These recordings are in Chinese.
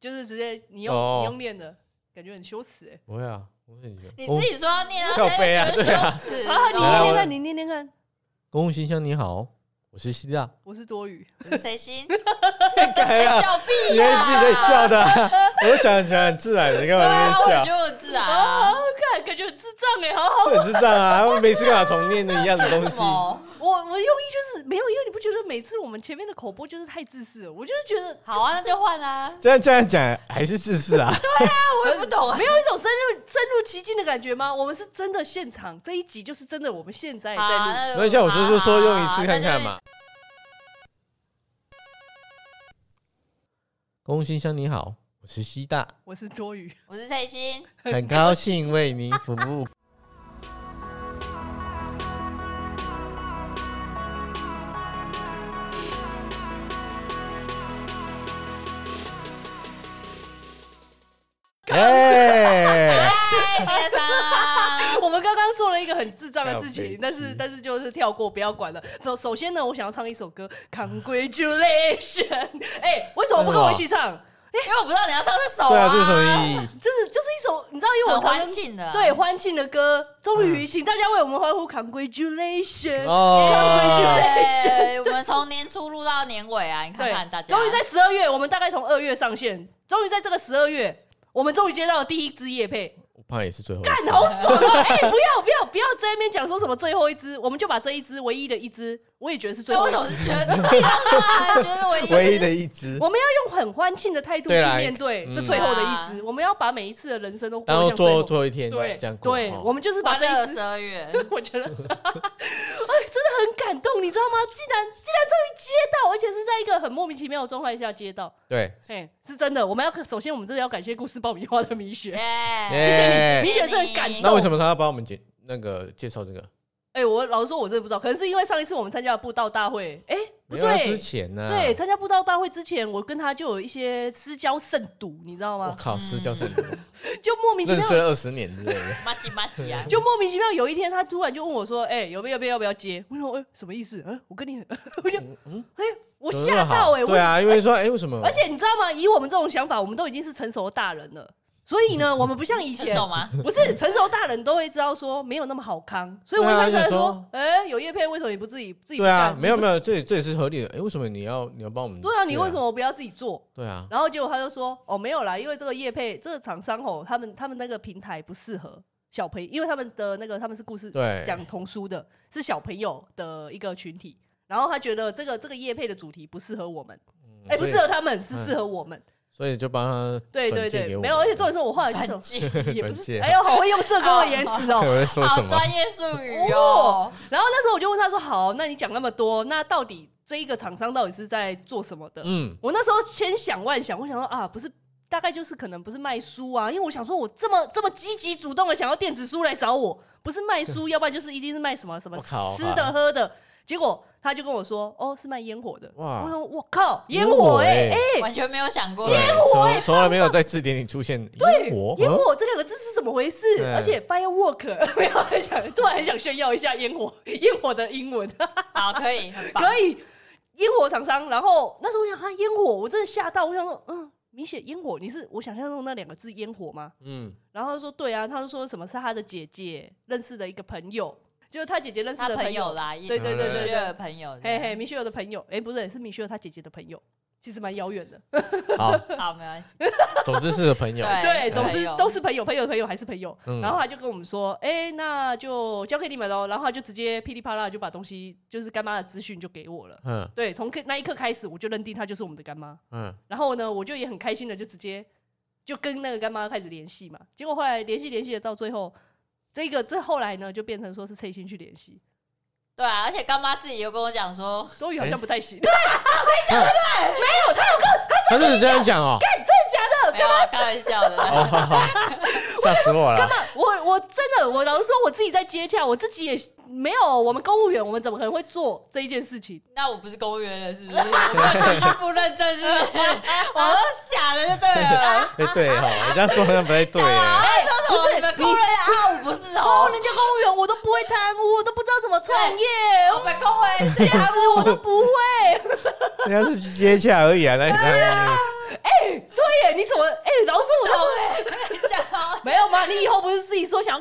就是直接你用念的，感觉很羞耻哎。 不会啊，我很你自己说要念， 靠背啊， 觉得羞耻。 你念念看。 公务信箱你好，我是希大， 我是多余， 我是谁心？ 改啊， 笑屁你是自己在笑的、啊，我讲很自然，你干嘛在那边笑？ 我觉得我很自然啊， 感觉很智障哎，好。 是很智障啊，他们每次干嘛重念的一样的东西？ 我用意就是没有，因为你不觉得每次我们前面的口播就是太自私了？我就是觉得， 好啊，那就换啊。 这样讲还是自私啊？ 对啊，我也不懂啊， 没有一种深入其境的感觉吗？我们是真的现场，这一集就是真的，我们现在在录。 那像我说用一次看看嘛。公务信箱你好，我是希大， 我是多余， 我是谁心， 很高兴为您服务。 我们刚刚做了一个很智障的事情，但是就是跳过，不要管了。首先呢，我想要唱一首歌 ，Congratulations。为什么不跟我一起唱？ 因为我不知道你要唱这首啊。 对啊，这是什么意义？ 就是一首，你知道，因为我欢庆的， 对欢庆的歌，终于请大家为我们欢呼 ，Congratulations！ Congratulations！我们从年初录到年尾啊，你看看大家。 终于在12月，我们大概从2月上线，终于在这个12月。我们终于接到了第一支业配， 我怕也是最后一支， 干好爽啊！不要在那边讲说什么最后一支，我们就把这一支唯一的一支，我也觉得是最后一支。 我总是觉得，觉得唯一的一支， 我们要用很欢庆的态度去面对这最后的一支，我们要把每一次的人生都过向最后。 最后一天， 对，我们就是把这一支 12月， 我觉得，真的很感动，你知道吗？竟然终于接到，而且是在一个很莫名其妙的状态下接到。 对， 是真的。首先我们真的要感谢故事爆米花的米雪， 谢谢你，米雪真的很感动。 那为什么他要帮我们介绍这个？ 我老实说，我真的不知道，可能是因为上一次我们参加了布道大会，不对， 之前呢， 对，参加布道大会之前，我跟他就有一些私交甚笃，你知道吗？ 我靠，私交甚笃， 就莫名其妙认识了20年之类的， 麻吉啊， 就莫名其妙有一天，他突然就问我说：“要不要接？”我说：“什么意思？我跟你，我就我吓到对啊，因为说为什么？ 而且你知道吗？以我们这种想法，我们都已经是成熟的大人了。所以呢，我们不像以前，不是成熟大人都会知道说没有那么好康，所以我一开始还说，有业配为什么你不自己对啊，没有，这也是合理的。为什么你要帮我们？ 对啊，你为什么不要自己做？ 对啊， 然后结果他就说，没有啦，因为这个业配这个厂商他们那个平台不适合小朋友，因为他们的那个他们是故事讲童书的，是小朋友的一个群体，然后他觉得这个业配的主题不适合我们，不适合他们，是适合我们。所以就帮他对， 没有，而且重点是我后来就也不是，好会用社工的言辞哦， 好专业术语哦。 然后那时候我就问他说：“好，那你讲那么多，那到底这一个厂商到底是在做什么的？”我那时候千想万想，我想说啊，不是，大概就是可能不是卖书啊，因为我想说我这么积极主动的想要电子书来找我，不是卖书，要不然就是一定是卖什么吃的喝的。结果他就跟我说：“是卖烟火的。”哇！我说：“我靠，烟火完全没有想过烟火从来没有在字典里出现烟火。 烟火这2个字是怎么回事？而且 firework 没有突然很想炫耀一下烟火的英文。 好，可以， 烟火厂商。然后那时候我想烟火，我真的吓到，我想说，明显烟火，你是我想象中那2个字烟火吗？然后他说对啊，他就说什么是他的姐姐认识的一个朋友。就是他姐姐认识的朋友啦， 对， 米歇尔朋友， 米歇尔的朋友，不对，是米歇尔他姐姐的朋友，其实蛮遥远的。 好，没关系。 总之是朋友， 对，总之都是朋友，朋友的朋友还是朋友。然后他就跟我们说，那就交给你们喽。然后他就直接噼里啪啦就把东西，就是干妈的资讯就给我了。对，从那一刻开始，我就认定她就是我们的干妈。然后呢，我就也很开心的就直接就跟那个干妈开始联系嘛。结果后来联系的到最后。这后来呢，就变成说是蔡心去联系， 对啊，而且干妈自己又跟我讲说， 多余好像不太行。 对，我跟你讲，对不对？ 没有，他是这样讲哦， 干，真的假的？ 没有啊，开玩笑的， 吓死我了。 干嘛？我真的，我老实说，我自己在接洽，我自己也没有。我们公务员，我们怎么可能会做这一件事情？ 那我不是公务员了，是不是？我不认真，是不是？我都是假的，就对了。 对哈，人家说好像不太对。 不是你们公务员啊，我不是哦。 人家公务员我都不会贪污，我都不知道怎么创业。 我们公务员这样子我都不会。 人家是去接洽而已啊，那你贪污？ 对耶，你怎么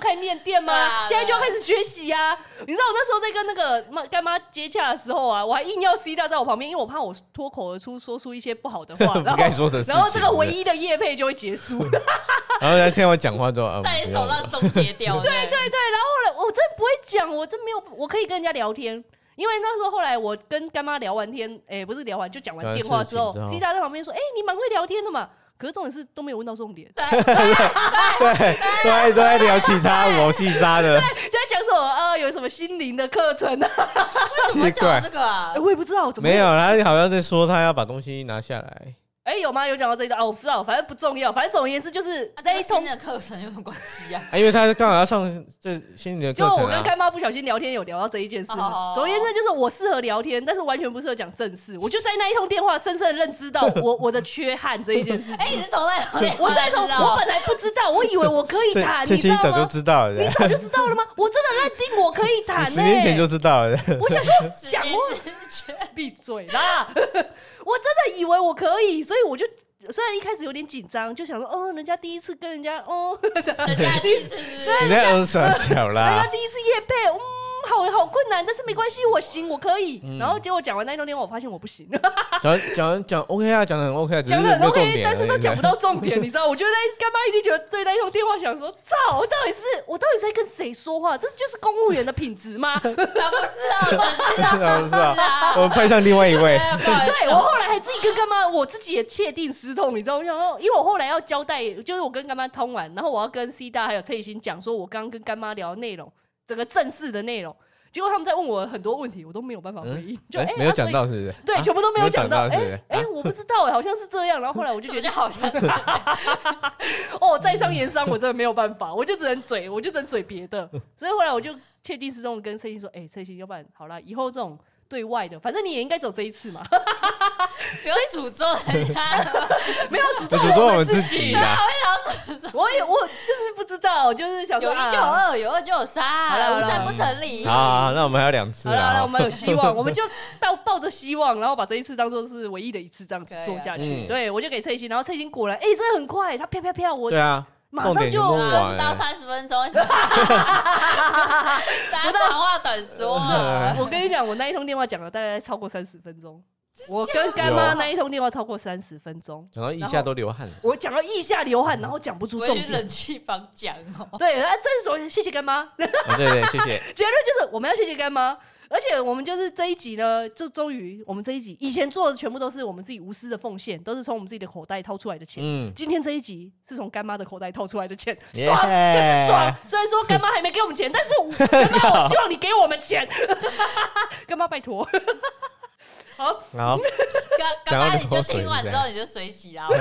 开面店吗？现在就要开始学习啊！你知道我那时候在跟那个干妈接洽的时候啊，我还硬要 C 大在我旁边，因为我怕我脱口而出说出一些不好的话，然后这个唯一的业配就会结束。 然后在听我讲话之后， 在你手上终结掉。 对，然后后来我真的不会讲，我真没有，我可以跟人家聊天。因为那时候后来我跟干妈聊完天，不是聊完就讲完电话之后，C 大在旁边说：“你蛮会聊天的嘛。”可是重点是都没有问到重点。 对，都在聊其他我细沙的。 对，就在讲什么有什么心灵的课程啊？ 为什么讲这个啊？ 我也不知道，怎么没有，他好像在说他要把东西拿下来。 有吗？有讲到这一段我不知道，反正不重要。反正总而言之，就是那一通的课程有什么关系啊？ 因为他刚好要上这心理的课程。 就我跟干妈不小心聊天，有聊到这一件事。总而言之，就是我适合聊天，但是完全不适合讲正事。我就在那一通电话深深的认知到我的缺憾这一件事情。 你是从那通电话我本来不知道，我以为我可以谈，你知道吗？ 早就知道了。 你早就知道了吗？我真的认定我可以谈。 10年前就知道了。 我想说讲话闭嘴啦！我真的以为我可以，所以我就。虽然一开始有点紧张，就想说，人家第一次跟人家， 人家第一次， 你在傻小啦， 人家第一次业配，好困难，但是没关系，我行，我可以。然后结果讲完那一通电话，我发现我不行。 讲 OK 啊，讲得很 OK， 讲得很 OK， 但是都讲不到重点，你知道？我觉得干妈一定觉得对那一通电话想说，操，我到底是在跟谁说话？这就是公务员的品质吗？ 不是啊， 不是啊，我派上另外一位。 对，我后来还自己跟干妈，我自己也切定思痛，你知道？我想说，因为我后来要交代，就是我跟干妈通完，然后我要跟 C 大还有蔡依欣讲说，我刚刚跟干妈聊的内容。整个正式的内容，结果他们在问我很多问题，我都没有办法回应， 没有讲到是不是？ 对，全部都没有讲到。我不知道好像是这样。然后后来我就觉得好像在商言商，我真的没有办法，我就只能嘴别的。所以后来我就切定是中跟蔡依欣说，蔡依欣，要不然好啦，以后这种。对外的，反正你也应该走这一次嘛。 不要诅咒人家， 没有诅咒我们自己啦。 我就是不知道，就是想说有1就有2，有2就有3，无善不成理。 好，那我们还有2次好了，我们有希望，我们就抱着希望，然后把这一次当做是唯一的一次，这样子做下去。对，我就给蔡依欣，然后蔡依欣果然，真的很快，他飘，我对啊。 马上就不到30分钟，大家长话短说。 我跟你讲，我那一通电话讲了大概超过30分钟。我跟干妈那一通电话超过30分钟， 讲到腋下都流汗了。 我讲到腋下流汗，然后讲不出重点。 我去冷气房讲哦。 对，这时候谢谢干妈。 对，谢谢。 结论就是我们要谢谢干妈。而且我们就是这一集呢，就终于我们这一集以前做的全部都是我们自己无私的奉献，都是从我们自己的口袋掏出来的钱。今天这一集是从干妈的口袋掏出来的钱，爽就是爽。虽然说干妈还没给我们钱，但是干妈我希望你给我们钱，干妈拜托。好， 刚刚你就听完之后你就水洗啦，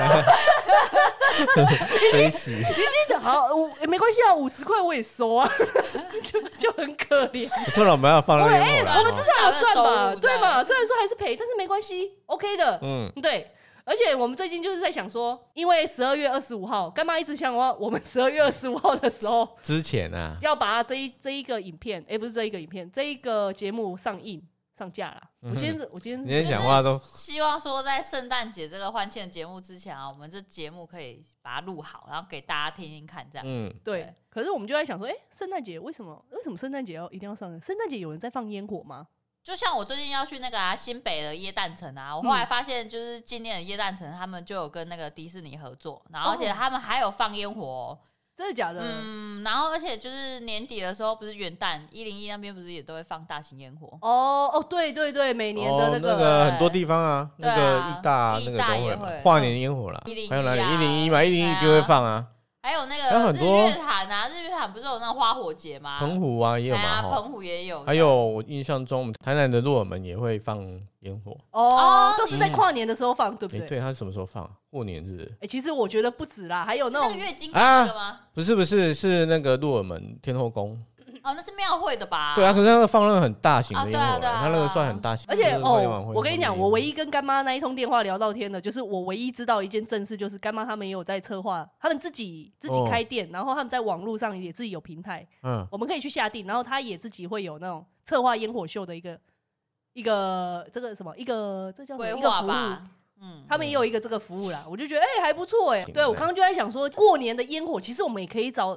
水洗。 已经好，没关系啊，50块我也收啊，就很可怜。 错了，我们要放那边。 我们至少有赚嘛，对嘛？虽然说还是赔，但是没关系 ，OK 的。对。而且我们最近就是在想说，因为12月25号，干妈一直想我们12月25号的时候之前啊， 要把这一个影片，不是这一个影片，这一个节目上架了。我今天讲话都希望说，在圣诞节这个欢庆节目之前啊，我们这节目可以把它录好，然后给大家听听看，这样。 对。可是我们就在想说，圣诞节为什么圣诞节一定要上？圣诞节有人在放烟火吗？ 就像我最近要去那个新北的耶诞城啊，我后来发现就是今年的耶诞城他们就有跟那个迪士尼合作，然后而且他们还有放烟火。 真的假的？ 然后而且就是年底的时候，不是元旦101那边不是也都会放大型烟火？ 对，每年的那个很多地方啊，那个义大那个都会跨年烟火啦，还有哪里101嘛，101就会放啊。 还有那个日月潭啊，日月潭不是有那个花火节吗？ 澎湖啊也有嘛， 澎湖也有。 还有我印象中，台南的鹿耳门也会放烟火。 都是在跨年的时候放，对不对？ 对，它是什么时候放？过年是不是？ 其实我觉得不止啦，还有那种月经那个吗？ 不是，是那个鹿耳门天后宫。 那是庙会的吧？ 对啊，可是那个放那个很大型的烟火，它那个算很大型。 而且我跟你讲，我唯一跟干妈那一通电话聊到天的，就是我唯一知道一件正事，就是干妈他们也有在策划，他们自己开店，然后他们在网络上也自己有平台，我们可以去下订，然后他也自己会有那种策划烟火秀的一个这个什么一个这叫什么一个服务。他们也有一个这个服务啦，我就觉得还不错对我刚刚就在想说，过年的烟火其实我们也可以找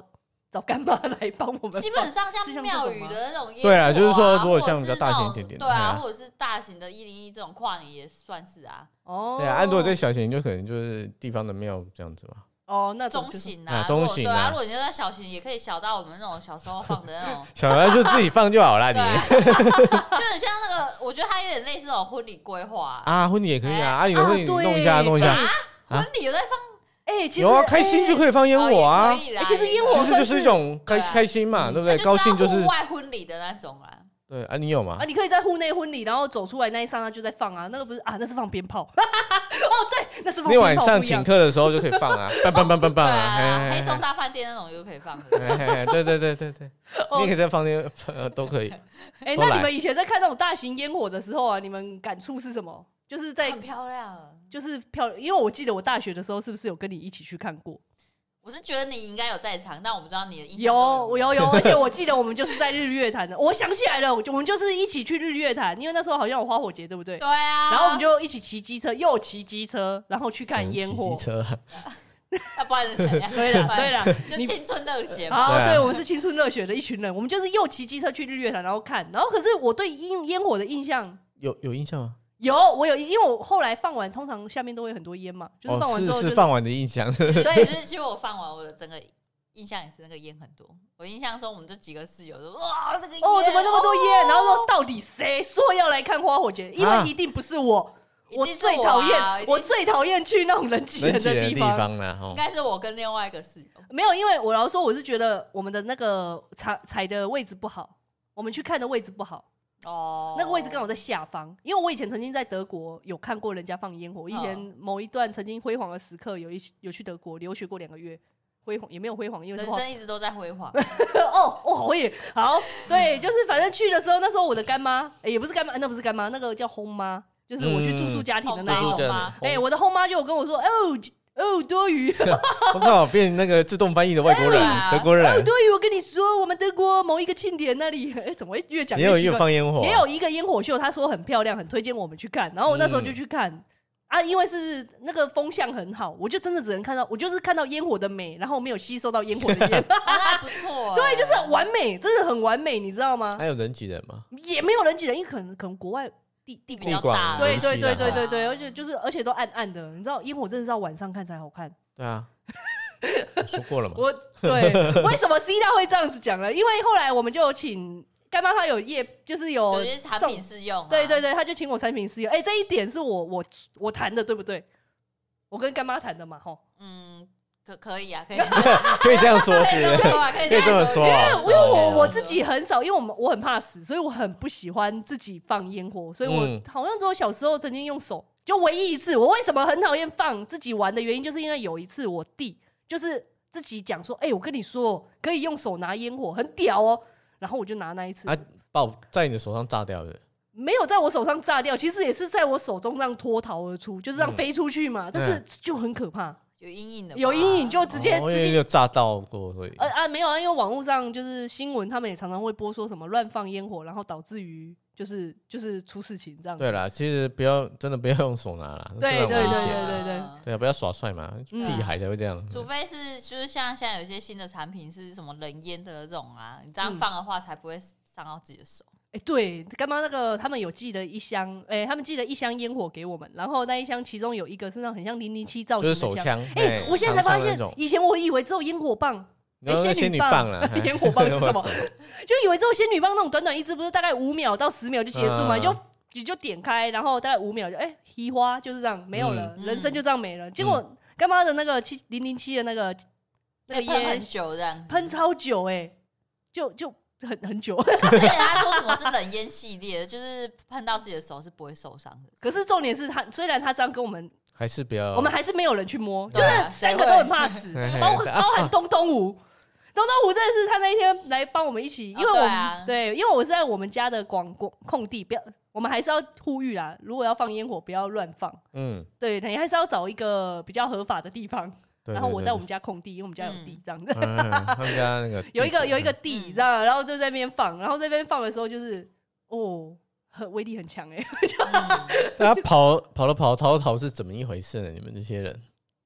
找干妈来帮我们。 基本上像庙宇的那种烟火， 对啊，就是说如果像比较大型一点点， 对啊，或者是大型的101这种跨年也算是啊。 对啊，如果在小型就可能就是地方的庙这样子嘛。 那中型啊， 中型对啊，如果你在小型，也可以小到我们那种小时候放的那种， 小孩就自己放就好了，你就很像那个，我觉得它有点类似那种婚礼规划啊，婚礼也可以啊，你的婚礼弄一下， 婚礼有在放。 其实有啊，开心就可以放烟火啊。 其实烟火就是一种开心嘛，对不对？高兴就是户外婚礼的那种啦。 对啊，你有吗？ 你可以在户内婚礼，然后走出来那一刹那就在放啊，那个不是啊，那是放鞭炮。对，那是放鞭炮。 你晚上请客的时候就可以放啊，棒啊！黑松大饭店那种就可以放。 对，你可以在房间都可以。 那你们以前在看那种大型烟火的时候啊，你们感触是什么？就是在很漂亮， 就是漂亮，因为我记得我大学的时候是不是有跟你一起去看过？ 我是觉得你应该有在场，但我不知道你的印象有，而且我记得我们就是在日月潭的，我想起来了，我们就是一起去日月潭，因为那时候好像有花火节，对不对？ 对啊。 然后我们就一起骑机车，又骑机车，然后去看烟火。 骑车， 不然是怎样？ 对了， 就青春热血嘛。 对，我们是青春热血的一群人，我们就是又骑机车去日月潭，然后看，然后可是我对烟火的印象有印象吗？ 我有，因为我后来放完，通常下面都会很多烟嘛，就是放完之后是放完的印象。 对，就是其实我放完，我的整个印象也是那个烟很多。我印象中我们这几个室友都哇，这个烟怎么那么多烟？然后说到底谁说要来看花火节？因为一定不是我。我最讨厌去那种人挤人的地方了， 应该是我跟另外一个室友。 没有，因为我老实说，我是觉得我们的那个踩的位置不好，我们去看的位置不好。那个位置刚好在下方，因为我以前曾经在德国有看过人家放烟火，以前某一段曾经辉煌的时刻有去德国留学过2个月，辉煌也没有辉煌，因为人生一直都在辉煌。 我也好，对，就是反正去的时候，那时候我的干妈，也不是干妈，那不是干妈，那个叫轰妈，就是我去住宿家庭的那一种妈。我的轰妈就有跟我说，多余， 我靠，变那个自动翻译的外国人，德国人。 多余，我跟你说，我们德国某一个庆典那里，怎么会越讲越奇怪？ 也有放烟火， 也有一个烟火秀，他说很漂亮，很推荐我们去看。然后我那时候就去看因为是那个风向很好，我就真的只能看到，我就是看到烟火的美，然后没有吸收到烟火的烟， 那还不错。 对，就是完美，真的很完美，你知道吗？ 还有人挤人吗？ 也没有人挤人，因为可能国外。地比较大， 对，而且都暗暗的，你知道烟火真的是要晚上看才好看。 对啊，我说过了嘛。 对，为什么 C 大会这样子讲呢？因为后来我们就请干妈，她有就是有产品试用， 对，她就请我产品试用。这一点是我谈的，对不对？我跟干妈谈的嘛，吼。 可以啊， 可以这样说，可以这么说。 因为我自己很少，因为我很怕死，所以我很不喜欢自己放烟火，所以我好像只有小时候曾经用手，就唯一一次。我为什么很讨厌放自己玩的原因，就是因为有一次我弟就是自己讲说，我跟你说可以用手拿烟火，很屌哦。然后我就拿那一次， 在你的手上炸掉的。 没有在我手上炸掉，其实也是在我手中这样脱逃而出，就是这样飞出去嘛。但是就很可怕。 有阴影的， 有阴影就直接有炸到过，所以没有啊，因为网络上就是新闻，他们也常常会播说什么乱放烟火，然后导致于就是出事情这样。 对啦，其实真的不要用手拿啦， 对， 对啊，不要耍帅嘛，屁孩才会这样。 除非是就是像现在有些新的产品是什么冷烟的这种啊，你这样放的话才不会伤到自己的手。 对，干妈那个他们有寄了一箱，他们寄了1箱烟火给我们，然后那一箱其中有一个是那种很像007造型的手枪。 我现在才发现，以前我以为只有烟火棒， 仙女棒了。 烟火棒是什么？就以为只有仙女棒那种短短一支，不是大概5秒到10秒就结束嘛？你就点开，然后大概5秒就黑花就是这样没有了，人生就这样没了。结果干妈的那个007的那个烟很久这样， 喷超久就。很久， 而且他说什么是冷烟系列，就是碰到自己的手是不会受伤的。 可是重点是虽然他这样跟我们， 还是不要， 我们还是没有人去摸，就是3个都很怕死，包含东吴真的是他那一天来帮我们一起，因为我们因为我是在我们家的空地，不要，我们还是要呼吁啦，如果要放烟火不要乱放，对，你还是要找一个比较合法的地方。然后我在我们家空地，因为我们家有地这样子。 他们家那个有一个地，你知道，然后就在那边放，然后这边放的时候就是威力很强大家跑逃是怎么一回事呢？你们这些人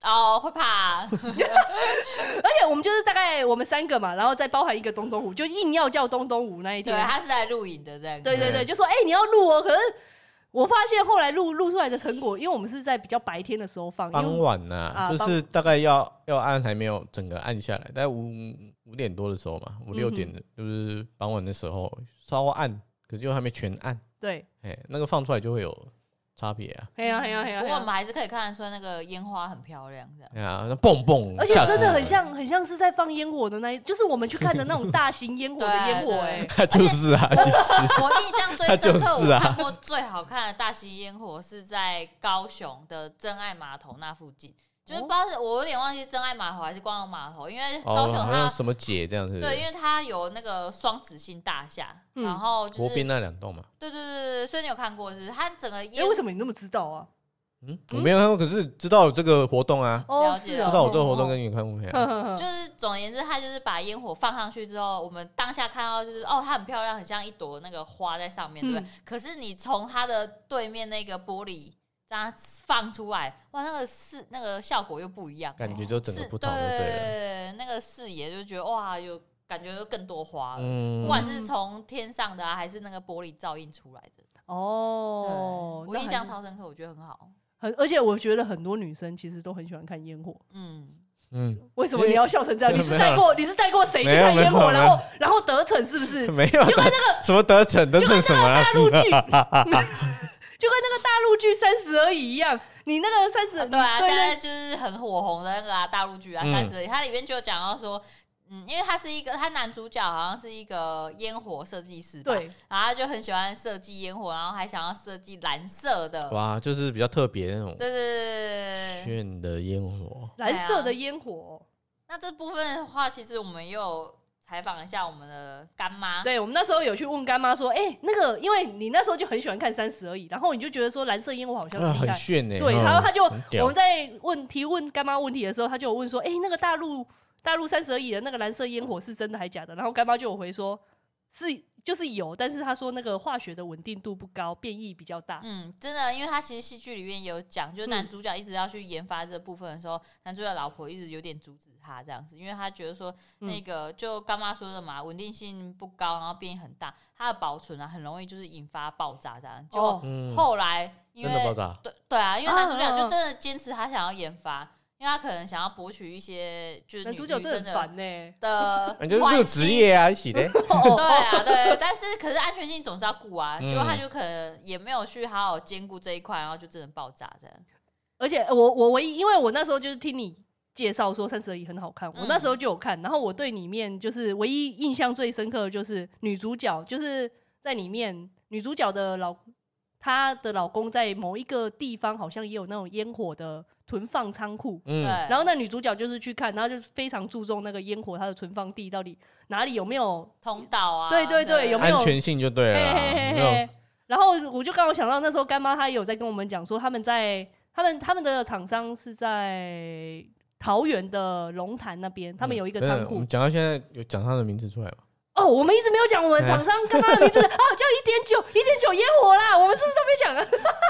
哦，会怕。而且我们就是大概我们3个嘛，然后再包含一个东东虎，就硬要叫东东虎那一天。 对，他是来录影的这样。 对，就说你要录哦，可是。我发现后来录出来的成果，因为我们是在比较白天的时候放， 傍晚呐，就是大概要按还没有整个按下来，大概5点多的时候嘛，5、6点的，就是傍晚的时候稍微按，可是又还没全按。 对， 那个放出来就会有差别啊。 嘿呀。 不过我们还是可以看得出那个烟花很漂亮，这样。 对啊，那蹦蹦， 而且真的很像是在放烟火的就是我们去看的那种大型烟火的烟火就是啊，其实我印象最深刻，我看过最好看的大型烟火是在高雄的真爱码头那附近。就是不知道是我有点忘记真爱码头还是光荣码头，因为高雄它什么节这样子。 对，因为它有那个双子星大厦，然后就是国宾那2栋嘛。 对，所以你有看过是不是？它整个为什么你那么知道啊？ 我没有看过，可是知道有这个活动啊。 是知道我这个活动跟你看过。 就是总而言之，它就是把烟火放上去之后，我们当下看到就是它很漂亮，很像一朵那个花在上面，对不对？可是你从它的对面那个玻璃这样放出来，哇，那个效果又不一样， 感觉就整个不同，对， 那个视野就觉得哇，有感觉就更多花了，不管是从天上的还是那个玻璃照映出来的。我印象超深刻，我觉得很好。 而且我觉得很多女生其实都很喜欢看烟火。为什么你要笑成这样？你是带过谁去看烟火，然后得逞是不是？ 没有，就跟那个什么得逞什么大陆剧。就跟那个大陆剧《30而已》一样，你那个30， 对啊，现在就是很火红的那个大陆剧啊，《30而已》，它里面就有讲到说，因为他男主角好像是一个烟火设计师吧，对，然后他就很喜欢设计烟火，然后还想要设计蓝色的， 哇，就是比较特别的那种， 对， 炫的烟火， 蓝色的烟火。 那这部分的话，其实我们也有采访一下我们的干妈， 对，我们那时候有去问干妈说，那个，因为你那时候就很喜欢看30而已，然后你就觉得说蓝色烟火好像很厉害， 很炫欸， 对，然后他就我们在提问干妈问题的时候，他就有问说，那个大陆30而已的那个蓝色烟火是真的还假的？然后干妈就有回说，就是有，但是他说那个化学的稳定度不高，变异比较大。 真的，因为他其实戏剧里面有讲，就是男主角一直要去研发这部分的时候，男主角老婆一直有点阻止他这样子，因为他觉得说那个就干妈说的嘛，稳定性不高，然后变异很大，它的保存很容易就是引发爆炸这样。结果后来因为真的爆炸， 对啊，因为男主角就真的坚持他想要研发。因为他可能想要博取一些，就是男主角真的很烦呢的， 就是这个职业啊，一起的。 对，但是可是安全性总是要顾啊，结果他就可能也没有去好好兼顾这一块，然后就真的爆炸这样。 而且我唯一，因为我那时候就是听你介绍说30而已很好看，我那时候就有看，然后我对里面就是唯一印象最深刻的就是女主角，就是在里面女主角的她的老公在某一个地方好像也有那种烟火的存放仓库，然后那女主角就是去看，然后就是非常注重那个烟火它的存放地到底哪里有没有通道啊， 对，有没有安全性就对了。 然后我就刚好想到那时候干妈她也有在跟我们讲说，他们的厂商是在桃园的龙潭那边，他们有一个仓库。 我们讲到现在有讲他的名字出来吗？ 我们一直没有讲我们厂商干妈的名字叫1.9烟火啦，我们是不是都没讲啊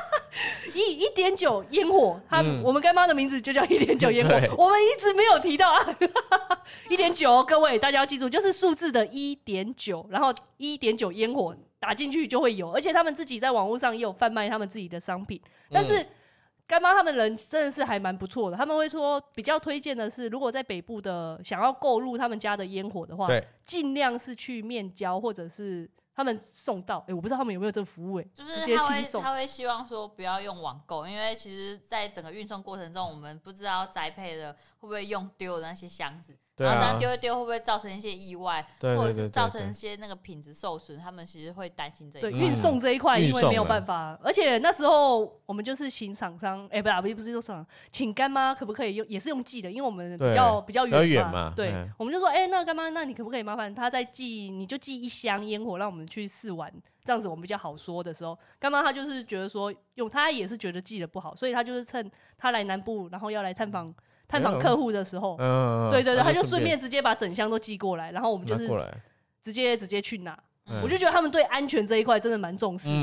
？1.9烟火，我们干妈的名字就叫1.9烟火，我们一直没有提到啊。1.9，各位大家要记住，就是数字的1.9，然后1.9烟火打进去就会有，而且他们自己在网络上也有贩卖他们自己的商品，但是。干妈他们人真的是还蛮不错的，他们会说比较推荐的是，如果在北部的想要购入他们家的烟火的话，尽量是去面交或者是他们送到。我不知道他们有没有这个服务， 就是他会希望说不要用网购，因为其实在整个运送过程中，我们不知道宅配的会不会用丢的那些箱子。然后这样丢会不会造成一些意外，或者是造成一些那个品质受损？他们其实会担心这一块。 对，运送这一块，因为没有办法，而且那时候我们就是请厂商，不是说厂商，请干妈可不可以用，也是用寄的，因为我们比较远嘛。对，我们就说，那干妈，那你可不可以麻烦他再寄，你就寄1箱烟火，让我们去试玩，这样子我们比较好说的时候，干妈他就是觉得说，他也是觉得寄的不好，所以他就是趁他来南部，然后要来探访客户的时候，对，他就顺便直接把整箱都寄过来，然后我们就是直接去拿。我就觉得他们对安全这一块真的蛮重视的。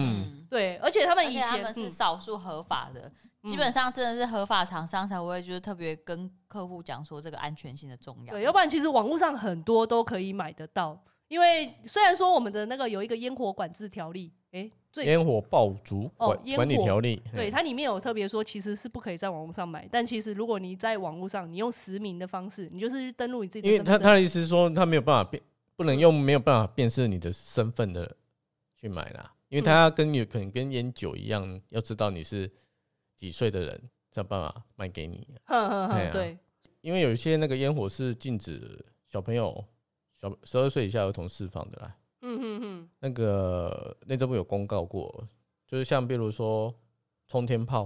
对，而且他们以前他们是少数合法的，基本上真的是合法厂商才会就是特别跟客户讲说这个安全性的重要。 对，要不然其实网络上很多都可以买得到，因为虽然说我们的那个有一个烟火管制条例， 烟火爆竹管理条例， 对，它里面有特别说其实是不可以在网络上买，但其实如果你在网络上你用实名的方式，你就是登录你自己的身份证， 因为他的意思是说他没有办法不能用没有办法辨识你的身份的去买啦，因为他可能跟烟酒一样，要知道你是几岁的人才有办法卖给你。 对， 因为有一些那个烟火是禁止小朋友12岁以下儿童释放的啦。那个内政部有公告过，就是像比如说冲天炮，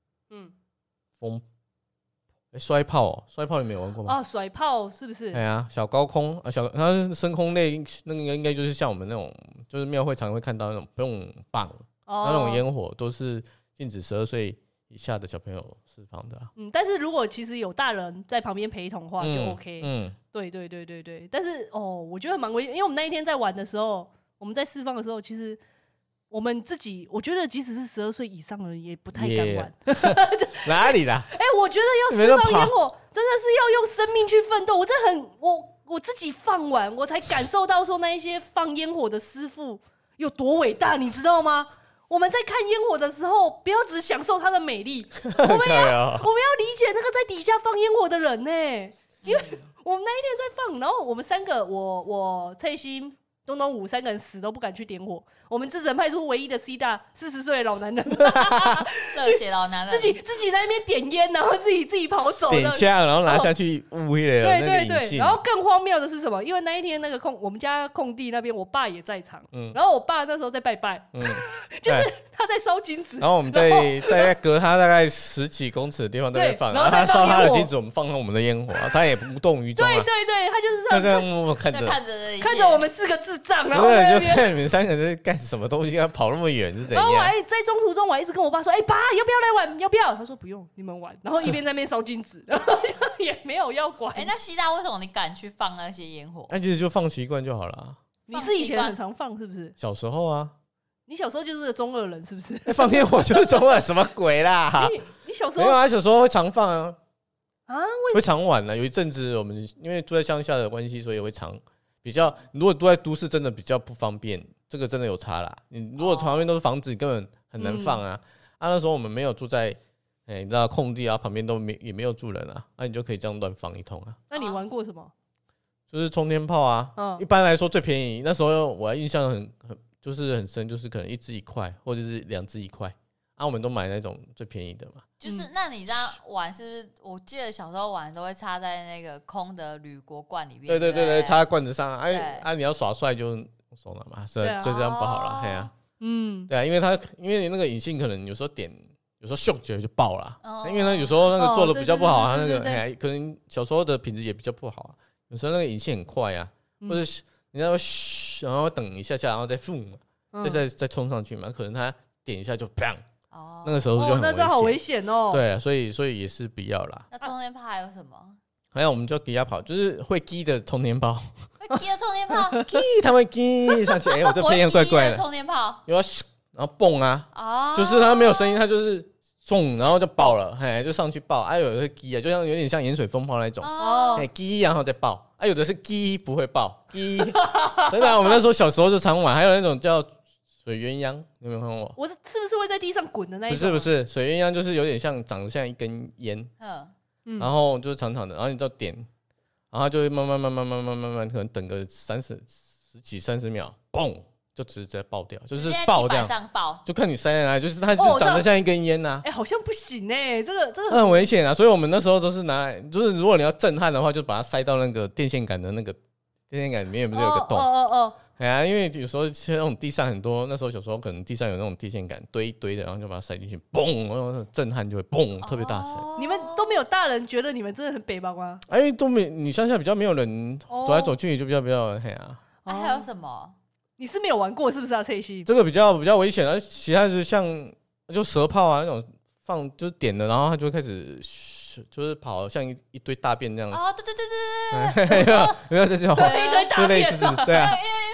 摔炮，摔炮你没有玩过吗？ 甩炮是不是？ 哎呀，小高空啊，它是升空类，那个应该就是像我们那种，就是庙会常会看到那种不用棒，那种烟火都是禁止12岁以下的小朋友释放的。 但是如果其实有大人在旁边陪同的话，就 OK。对。但是我觉得蛮危险，因为我们那一天在玩的时候，我们在释放的时候，其实我们自己，我觉得即使是12岁以上的人也不太敢玩。 哪里啦？ 我觉得要释放烟火，真的是要用生命去奋斗。我真的我自己放完，我才感受到说那一些放烟火的师傅有多伟大，你知道吗？我们在看烟火的时候，不要只享受它的美丽，我们要理解那个在底下放烟火的人呢。因为我们那一天在放，然后我们3个，我蔡欣、东东武3个人死都不敢去点火。我们自整派出唯一的 C 大40岁的老男人， 热血老男人， 自己在那边点烟，然后自己跑走， 点下，然后拿下去污了那个引信。 然后更荒谬的是什么？因为那一天那个我们家空地那边，我爸也在场，然后我爸那时候在拜拜，就是他在烧金纸， 然后我们在隔他大概10几公尺的地方在那放，然后他烧他的金纸，我们放到我们的烟火，他也不动于衷。 对，他就是这样默默看着我们4个智障，然后就看你们3个在干什么东西，要跑那么远是怎样？ 然后我还在中途中，我还一直跟我爸说：“爸，要不要来玩？要不要？”他说：“不用，你们玩。”然后一边在那边烧金纸，然后也没有要管。 那西大为什么你敢去放那些烟火？ 那其实就放习惯就好了。 你是以前很常放是不是？ 小时候啊。 你小时候就是个中二人是不是？ 放烟火就是中二，什么鬼啦？ 你小时候没有啊？小时候会常放啊，会常玩啊。有一阵子我们因为住在乡下的关系，所以会常比较。如果住在都市，真的比较不方便，这个真的有差啦。你如果旁边都是房子，你根本很难放啊。那时候我们没有住在你知道空地啊，旁边也没有住人啊，那你就可以这样乱放一通啊。 那你玩过什么？ 就是冲天炮啊。一般来说最便宜，那时候我还印象就是很深，就是可能1支1块，或者是2支1块，我们都买那种最便宜的嘛。 就是那你这样玩是不是？我记得小时候玩都会插在那个空的铝箔罐里面。 对，插在罐子上。你要耍帅就手拿嘛，所以这样不好了。对啊，因为你那个引信可能有时候点，有时候咻起来就爆了。因为呢有时候那个做的比较不好，那个可能小时候的品质也比较不好。有时候那个引信很快啊，或者你要嘘，然后等一下，然后再复嘛，再冲上去嘛，可能他点一下就砰，那个时候就很危险。 那时候好危险哦。 对啊，所以也是不要啦。 那冲天炮还有什么？ 还有我们就给他跑，就是会击的冲天炮。 会击的冲天炮， 他会击上去。我这配音怪怪的。 冲天炮有然后蹦啊，就是它没有声音，它就是送，然后就爆了，就上去爆。有的是击啊，就像有点像盐水风炮那种，击然后再爆。有的是击不会爆，击真的。我们那时候小时候就常玩，还有那种叫水鸳鸯，有没有看过？ 我是不是会在地上滚的那一种？ 不是，水鸳鸯就是有点长得像一根烟，然后就是长长的，然后你就点，然后就会慢慢，可能等个十几30秒，嘣，就直接爆掉，就是爆这样，就看你塞在哪里，就是它就长得像一根烟呐。 好像不行这个很危险啊！所以我们那时候都是拿来，就是如果你要震撼的话，就把它塞到那个电线杆的那个电线杆里面，不是有个洞？因为有时候那种地上很多，那时候小时候可能地上有那种电线杆堆一堆的，然后就把它塞进去，嘣，然后震撼就会嘣，特别大声。 你们都没有大人觉得你们真的很北吧吗？ 都没，你乡下比较没有人走来走去，就比较还有什么？ 你是没有玩过是不是啊？蔡西这个比较危险，而其他就是像就蛇炮啊那种放就是点了，然后它就会开始就是跑像一堆大便那样。 对， 没有这种， 一堆大便， 就类似对啊。 因为我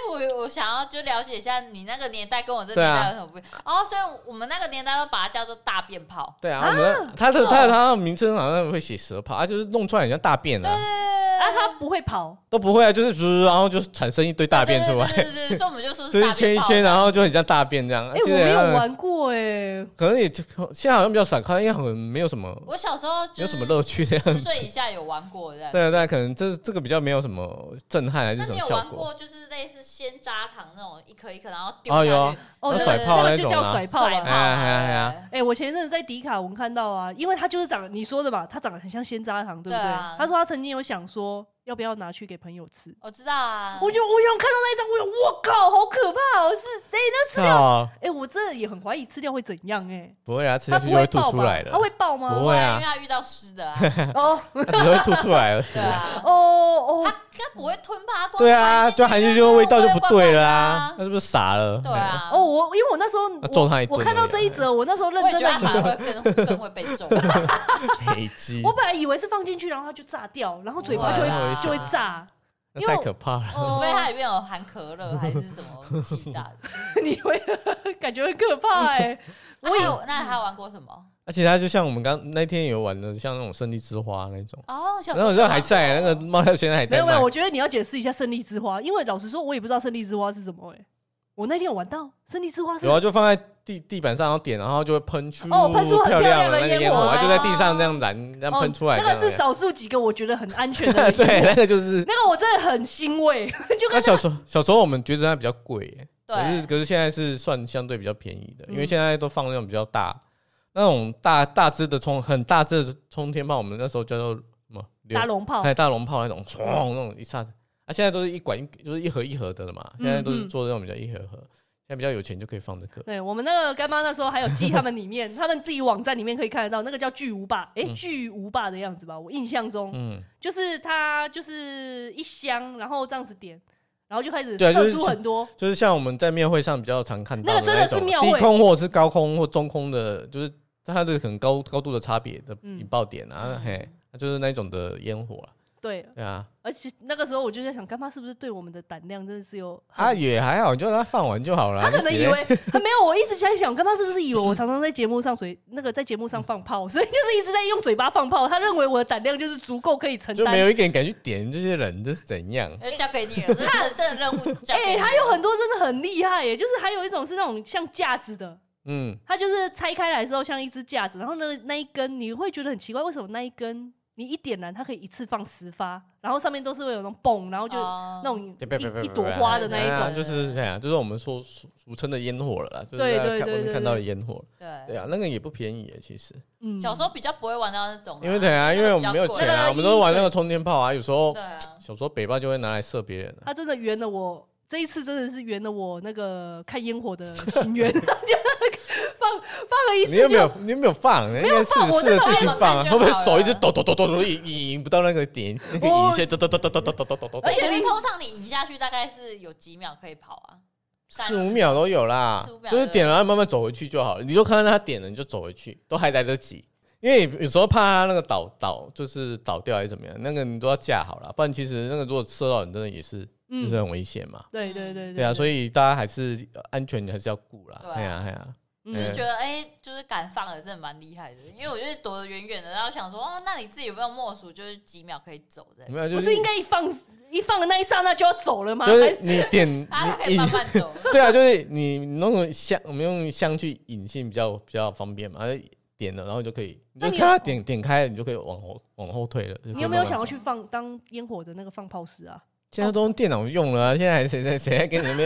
想要就了解一下你那个年代跟我这个年代有什么不一样。哦，所以我们那个年代都把它叫做大便炮。 对啊，它的名称好像会写蛇炮，就是弄出来很像大便啊。 它不会跑， 都不会啊，就是然后就产生一堆大便出来。 对，所以我们就说就是一圈一圈，然后就很像大便这样。 我没有玩过可能也现在好像比较少看，因为好像没有什么。 我小时候没有什么乐趣这样子。 10岁以下有玩过的。 对，可能这个比较没有什么震撼还是什么效果。 那你有玩过就是类似鲜渣糖那种一颗一颗，然后丢下去？ 甩炮那就叫甩炮啊。 我前一阵子在迪卡我们看到啊，因为它就是长你说的嘛，它长得很像鲜渣糖，对不对？他说他曾经有想说。要不要拿去给朋友吃？ 我知道啊， 我想看到那一张，我靠，好可怕哦！那吃掉，我真的也很怀疑吃掉会怎样不会啊，吃下去就会吐出来了。 它会爆吗？ 不会啊， 因为它遇到湿的啊。 它只会吐出来而已。 对啊，它应该不会吞吧？ 对啊，就含进去味道就不对了啊，它是不是傻了？ 对啊。 因为我那时候我看到这一则，我那时候认真的以为更会被揍。 我本来以为是放进去，然后它就炸掉，然后嘴巴就会炸， 太可怕了。 除非它里面有含可乐还是什么气炸的， 你会感觉很可怕那还有玩过什么？ 其他就像我们刚那天有玩的，像那种胜利之花那种。 然后这还在，那个猫现在还在。 没有，我觉得你要解释一下胜利之花，因为老实说，我也不知道胜利之花是什么我那天有玩到胜利之花， 然后就放在地板上，然后点，然后就会喷出很漂亮的那个烟火， 就在地上这样燃，这样喷出来。 那个是少数几个我觉得很安全的。 对，那个就是那个我真的很欣慰。 那小时候我们觉得它比较贵， 对， 可是现在是算相对比较便宜的，因为现在都放那种比较大。那种大只的很大只的冲天炮，我们那时候叫做什么？ 大龙炮， 大龙炮那种，那种一下子。现在都是就是一盒一盒的了嘛。现在都是做这种比较一盒盒，现在比较有钱就可以放这个。 对，我们那个干妈那时候还有寄他们里面，他们自己网站里面可以看得到，那个叫巨无霸，巨无霸的样子吧，我印象中，就是它就是一箱，然后这样子点。然后就开始射出很多， 就是像我们在庙会上比较常看到的那种低空或者是高空或中空的，就是它的可能高度的差别的引爆点啊，就是那种的烟火啊。 对啊， 而且那个时候我就在想，干妈是不是对我们的胆量真的是有？ 也还好，就让他放完就好了。 他可能以为他没有，我一直在想，干妈是不是以为我常常在节目上在节目上放炮，所以就是一直在用嘴巴放炮。他认为我的胆量就是足够可以承担， 就没有一个人敢去点这些人，这是怎样？ 交给你了，这是神圣的任务。 他有很多真的很厉害就是还有一种是那种像架子的。它就是拆开来之后像一支架子，然后那一根你会觉得很奇怪，为什么那一根？你一点燃，它可以一次放10发，然后上面都是会有那种蹦，然后就那种一朵花的那一种， 就是这样，就是我们说俗称的烟火了啦，就是我们看到的烟火。对啊，那个也不便宜其实。 小时候比较不会玩到那种， 因为因为我们没有钱啊，我们都玩那个冲天炮啊，有时候小时候北爸就会拿来射别人。 他真的圆了我。这一次真的是圆了我那个看烟火的心愿，就放了一次你有没有放？ 没有放，我试着继续放，会不会手一直抖，引不到那个点，引线抖。 而且通常你引下去大概是有几秒可以跑啊 ？4、5秒都有啦，就是点了慢慢走回去就好了。你就看到他点了你就走回去，都还来得及。因为有时候怕他那个就是倒掉还是怎么样，那个你都要架好了，不然其实那个如果射到你真的也是。就是很危险嘛， 对啊，所以大家还是安全还是要顾啦，对啊， 就是觉得就是敢放的真的蛮厉害的，因为我就是躲得远远的，然后想说那你自己有没有默数，就是几秒可以走的？ 不是应该一放的那一刹那就要走了吗？ 就是你点， 他可以慢慢走。 对啊，就是你弄个香，我们用香去引信比较方便嘛，点了然后就可以，你就看它点开了，你就可以往后退了。 你有没有想要去当烟火的那个放炮师啊？ 现在都用电脑用了啊！现在还谁在跟你那边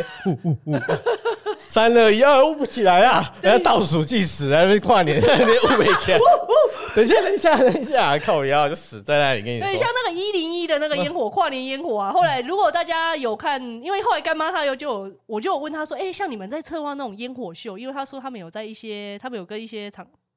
3、2、1，捂不起来啊！人家倒数计时啊，那边跨年在那边捂没起来。等一下，靠腰就死在那里。跟你说， 对，像那个101的那个烟火，跨年烟火啊。后来如果大家有看，因为后来干妈她我就有问她说，像你们在策划那种烟火秀，因为她说他们有跟一些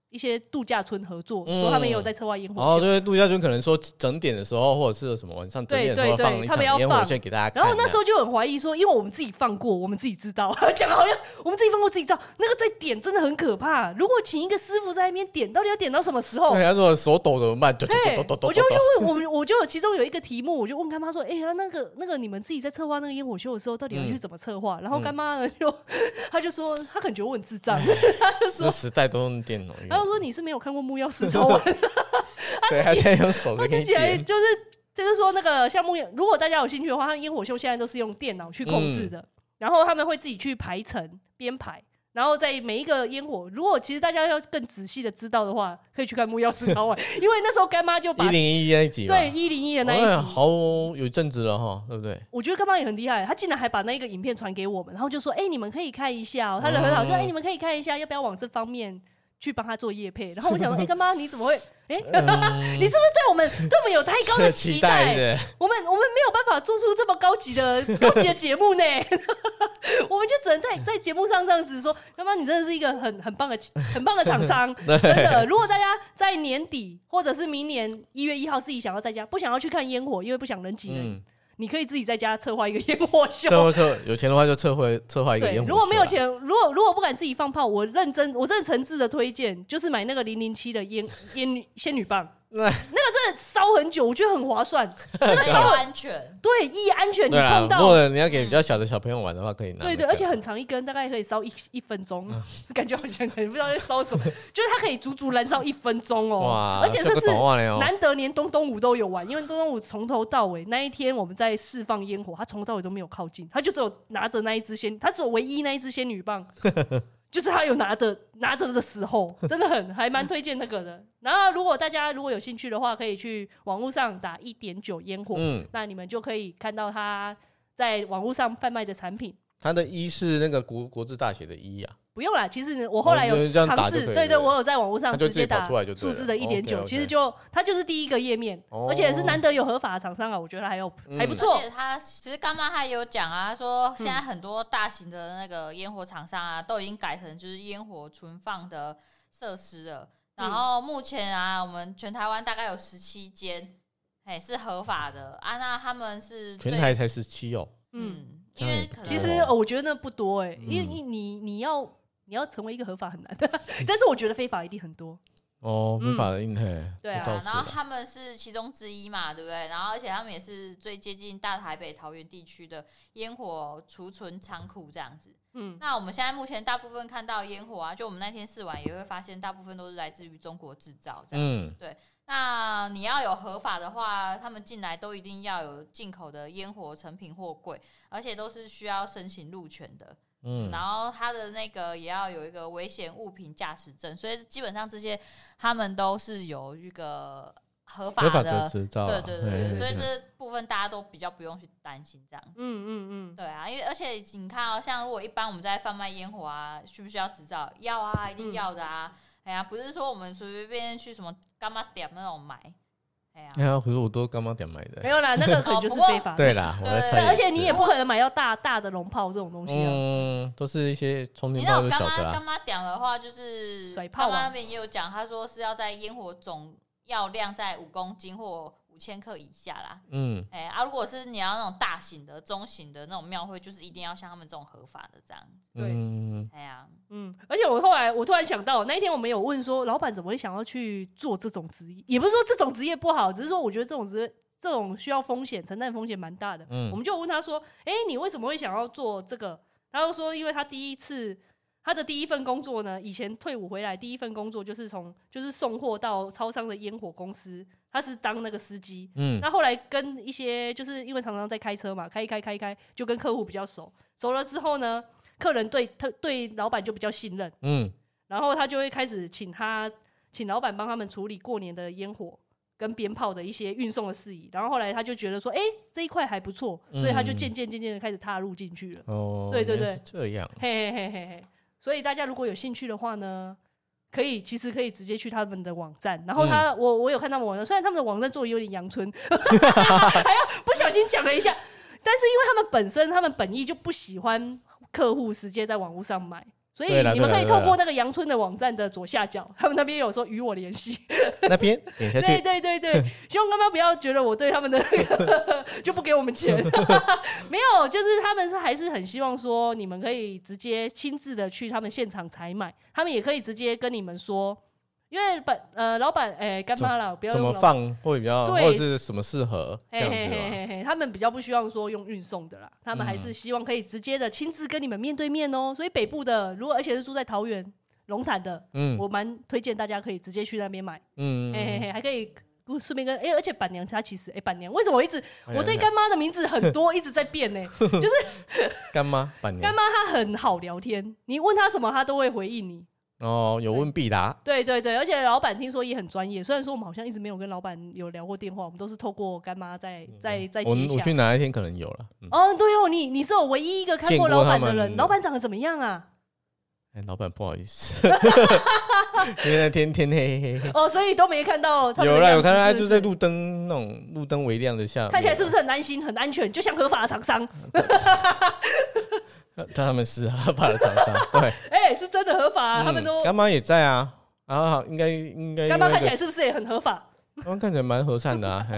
一些度假村合作，说他们也有在策划烟火秀。 对，度假村可能说整点的时候，或者是什么晚上整点的时候放一场烟火秀给大家看。 然后那时候就很怀疑说，因为我们自己放过，我们自己知道，讲的好像我们自己放过自己知道，那个在点真的很可怕。如果请一个师傅在那边点，到底要点到什么时候？ 对，他说手抖怎么办？ 我就问我就其中有一个题目，我就问干妈说：“那个你们自己在策划那个烟火秀的时候，到底要去怎么策划？”然后干妈呢他就说，他可能觉得我很智障，他就说：“ 这时代都用电脑。” 他就说：“你是没有看过木曜4超玩， 所以他现在用手在给你点。” 就是说那个项目，如果大家有兴趣的话，他烟火秀现在都是用电脑去控制的，然后他们会自己去排程编排。然后在每一个烟火，如果其实大家要更仔细的知道的话，可以去看木曜4超玩，因为那时候干妈就把 101那一集， 对101的那一集， 好有一阵子了哈，对不对？ 我觉得干妈也很厉害，他竟然还把那个影片传给我们，然后就说：“你们可以看一下。”他人很好，就说：“你们可以看一下，要不要往这方面去帮他做业配？”然后我想说：“干妈你怎么会？你是不是对我们有太高的期待？我们没有办法做出这么高级的节目呢？我们就只能在节目上这样子说，干妈你真的是一个很棒的厂商，真的。如果大家在年底或者是明年1月1号自己想要在家，不想要去看烟火，因为不想人挤人。你可以自己在家策划一个烟火秀， 有钱的话就策划一个烟火秀。 如果没有钱，如果不敢自己放炮，我真的诚挚的推荐，就是买那个007的仙女棒。那个真的烧很久，我觉得很划算，那个烧安全， 对，安全。你碰到， 如果你要给比较小的小朋友玩的话，可以拿。 对，而且很长一根，大概可以烧1分钟，感觉好像不知道在烧什么，就是它可以足足燃烧1分钟哦。哇！而且这是难得连东吴都有玩，因为东吴从头到尾那一天我们在释放烟火，他从头到尾都没有靠近，他就只有拿着那一支他只有唯一那一支仙女棒。就是他有拿着的时候，真的还蛮推荐那个的。然后，如果大家有兴趣的话，可以去网络上打1.9烟火，那你们就可以看到他在网络上贩卖的产品。 他的1是那个国字大写的1啊。 不用啦，其实我后来有尝试，对，我有在网络上直接打数字的1.9，其实它就是第一个页面，而且是难得有合法的厂商啊，我觉得还不错。 而且其实干妈还有讲啊，说现在很多大型的那个烟火厂商啊，都已经改成就是烟火存放的设施了。然后目前啊，我们全台湾大概有17间，是合法的啊。那他们是全台才17哦， 因为其实我觉得那不多因为你要成为一个合法很难，但是我觉得非法一定很多。 非法的对啊，然后他们是其中之一嘛，对不对？然后而且他们也是最接近大台北、桃园地区的烟火储存仓库这样子。那我们现在目前大部分看到烟火啊，就我们那天试完也会发现，大部分都是来自于中国制造这样子。对。那你要有合法的话，他们进来都一定要有进口的烟火成品货柜，而且都是需要申请路权的。然后他的那个也要有一个危险物品驾驶证，所以基本上这些他们都是有一个合法的执照。 对，所以这部分大家都比较不用去担心这样子。对啊，因为而且你看像如果一般我们在贩卖烟火啊，需不需要执照？要啊，一定要的啊。不是说我们随随便便去什么干妈店那种买。 可是我都干妈店买的。 没有啦，那个可能就是非法的。 对啦，我在猜。 而且你也不可能买到大的龙炮这种东西啊。 都是一些充电炮就小的。 干妈店的话，就是甩炮。 干妈那边也有讲，他说是要在烟火总药量在5公斤或5000克以下啦。如果是你要那种大型的、中型的那种庙会，就是一定要像他们这种合法的这样。 对，而且我突然想到，那一天我们有问说，老板怎么会想要去做这种职业？也不是说这种职业不好，只是说我觉得这种需要风险、承担风险蛮大的。我们就问他说：“你为什么会想要做这个？”他就说：“因为他的第一份工作呢，以前退伍回来第一份工作就是送货到超商的烟火公司，他是当那个司机。那后来跟一些就是因为常常在开车嘛，开一开，就跟客户比较熟了之后呢。”客人对老板就比较信任，然后他就会开始请老板帮他们处理过年的烟火跟鞭炮的一些运送的事宜，然后后来他就觉得说，这一块还不错，所以他就渐渐的开始踏入进去了。对， 这样， 嘿，所以大家如果有兴趣的话呢，其实可以直接去他们的网站，然后我有看他们网站，虽然他们的网站做的有点阳春，还要不小心讲了一下，但是因为他们本意就不喜欢客户直接在网络上买， 所以你们可以透过那个阳春的网站的左下角，他们那边有说与我联系， 那边点下去。 对，希望干妈不要觉得我对他们的那个就不给我们钱，没有，就是他们还是很希望说你们可以直接亲自的去他们现场采买，他们也可以直接跟你们说。因为老板干妈啦，不要怎么放会比较，或者是什么适合这样子他们比较不希望说用运送的啦，他们还是希望可以直接的亲自跟你们面对面哦。所以北部的，如果而且是住在桃园龙潭的，我蛮推荐大家可以直接去那边买，还可以顺便跟而且板娘她其实板娘为什么我对干妈的名字很多一直在变呢？就是干妈板娘， 干妈她很好聊天，你问她什么她都会回应你。 哦，有问必答。 对，而且老板听说也很专业。虽然说我们好像一直没有跟老板有聊过电话，我们都是透过干妈在接洽。 我去哪一天可能有了。 对哦，你是我唯一一个看过老板的人。老板长得怎么样啊？ 老板不好意思，因为那天黑。 所以都没看到他。 有看到他就在路灯微亮的下， 看起来是不是很安心、很安全，就像合法的厂商。 他们是合法的厂商， 对，是真的合法啊，他们都。 干妈也在啊，然后应该。 干妈看起来是不是也很合法？ 看起来蛮和善的啊，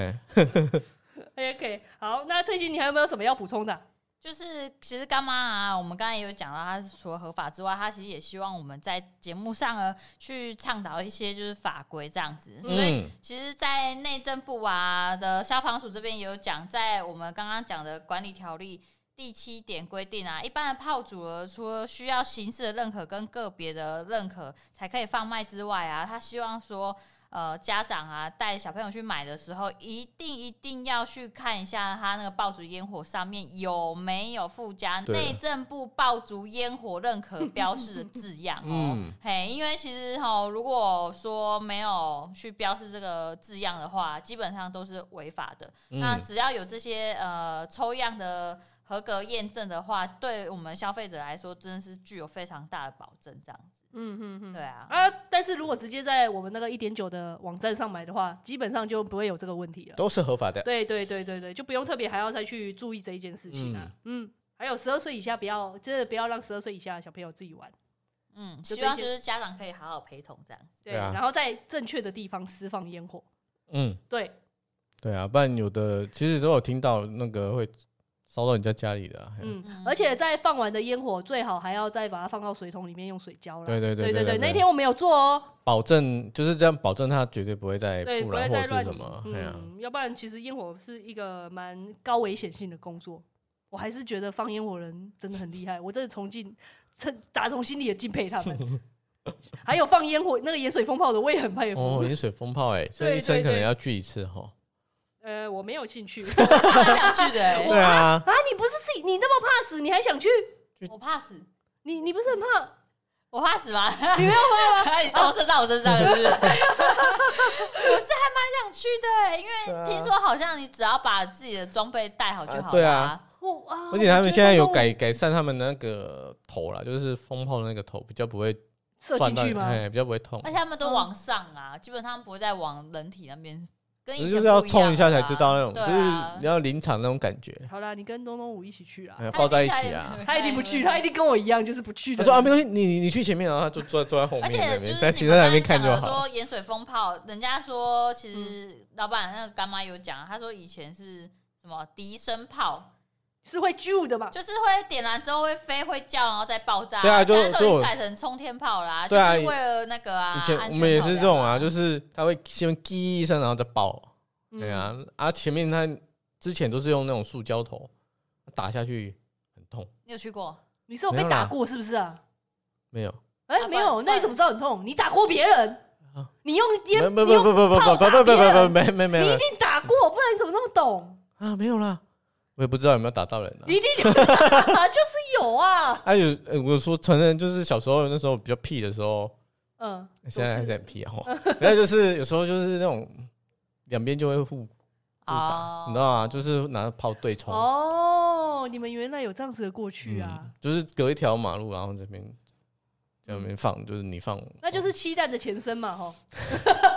OK， 好，那翠欣你还有没有什么要补充的？ 就是其实干妈啊，我们刚才也有讲到，她除了合法之外，她其实也希望我们在节目上呢去倡导一些就是法规这样子。所以其实，在内政部啊的消防署这边也有讲，在我们刚刚讲的管理条例第7点规定啊，一般的炮竹呢，除了需要刑事的认可跟个别的认可才可以贩卖之外啊，他希望说，家长啊带小朋友去买的时候，一定要去看一下他那个爆竹烟火上面有没有附加内政部爆竹烟火认可标示的字样因为其实如果说没有去标示这个字样的话，基本上都是违法的。那只要有这些抽样的合格验证的话，对我们消费者来说，真的是具有非常大的保证，这样子。对啊。 但是如果直接在我们那个1.9的网站上买的话，基本上就不会有这个问题了， 都是合法的。 对，就不用特别还要再去注意这一件事情了。还有12岁以下真的不要让12岁以下的小朋友自己玩。 希望就是家长可以好好陪同这样子。 对，然后在正确的地方释放烟火。 对啊，不然有的其实都有听到那个会烧到人家家里的而且在放完的烟火最好还要再把它放到水桶里面用水浇了。 对， 那天我们有做哦， 保证就是这样，保证它绝对不会再不燃或是什么。 要不然其实烟火是一个蛮高危险性的工作，我还是觉得放烟火人真的很厉害，我真的打从心里也敬佩他们。还有放烟火那个盐水风炮的，我也很佩服。 盐水风炮这一生可能要聚一次哈。 我没有兴趣， 我蛮想去的。 对啊， 你不是你那么怕死，你还想去？ 我怕死。 你不是很怕？ 我怕死吗？ 你没有怕吗？ 你都射在我身上，是不是？我是还蛮想去的，因为听说好像你只要把自己的装备带好就好了。 对啊。而且他们现在有改善他们那个头啦，就是风炮的那个头比较不会射进去吗？ 比较不会痛。 而且他们都往上啊，基本上不会再往人体那边。 就是要冲一下才知道那种，就是你要临场那种感觉。 好啦，你跟东东武一起去啦， 抱在一起啊。 他一定不去，他一定跟我一样，就是不去的。 他说没关系，你去前面，然后他就坐在后面， 而且在其他那边看就好。 说盐水风炮，人家说其实老板那个干妈有讲，他说以前是什么笛声炮。 是会啾的嘛？ 就是会点燃之后会飞会叫，然后再爆炸。 对啊， 现在都已经改成冲天炮啦。对啊，就是为了那个啊。 以前我们也是这种啊，就是它会先叽一声，然后再爆。对啊，前面它之前都是用那种塑胶头打下去，很痛。 你有去过？ 你是有被打过是不是啊？ 没有。 没有，那你怎么知道很痛？你打过别人？你用烟不，你一定打过，不然你怎么那么懂啊？没有啦。我也不知道有没有打到人一定就是有啊！ 我说承认，就是小时候那时候比较屁的时候，现在还是很屁啊。然后就是有时候就是那种两边就会互打，你知道吗？就是拿炮对冲。 你们原来有这样子的过去啊？ 就是隔一条马路，然后这边在那边放，就是你放， 那就是漆弹的前身嘛，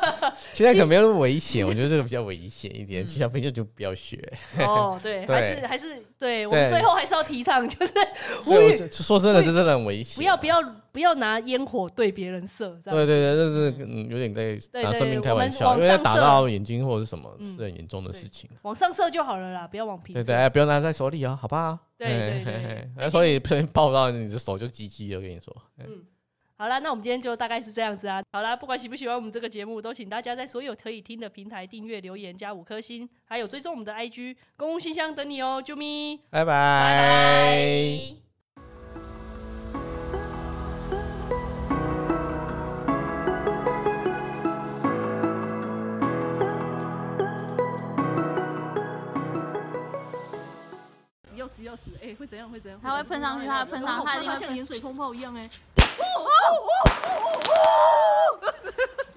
现在可能没有那么危险，我觉得这个比较危险一点，小朋友就不要学。 哦，对，还是对，我们最后还是要提倡，就是说真的是真的很危险， 不要拿烟火对别人射。 对，这是有点在拿生命开玩笑，因为打到眼睛或者是什么是很严重的事情。 往上射就好了啦，不要往皮。 对，不要拿在手里啊，好不好？ 对， 所以爆到你的手就鸡鸡了，我跟你说。 好啦，那我们今天就大概是这样子啊。好啦，不管喜不喜欢我们这个节目，都请大家在所有可以听的平台订阅、留言、加5颗星，还有追踪我们的 IG 公务信箱等你哦，啾咪， 拜拜。 要死！会怎样？ 它会喷上去，它一定会像盐水风炮一样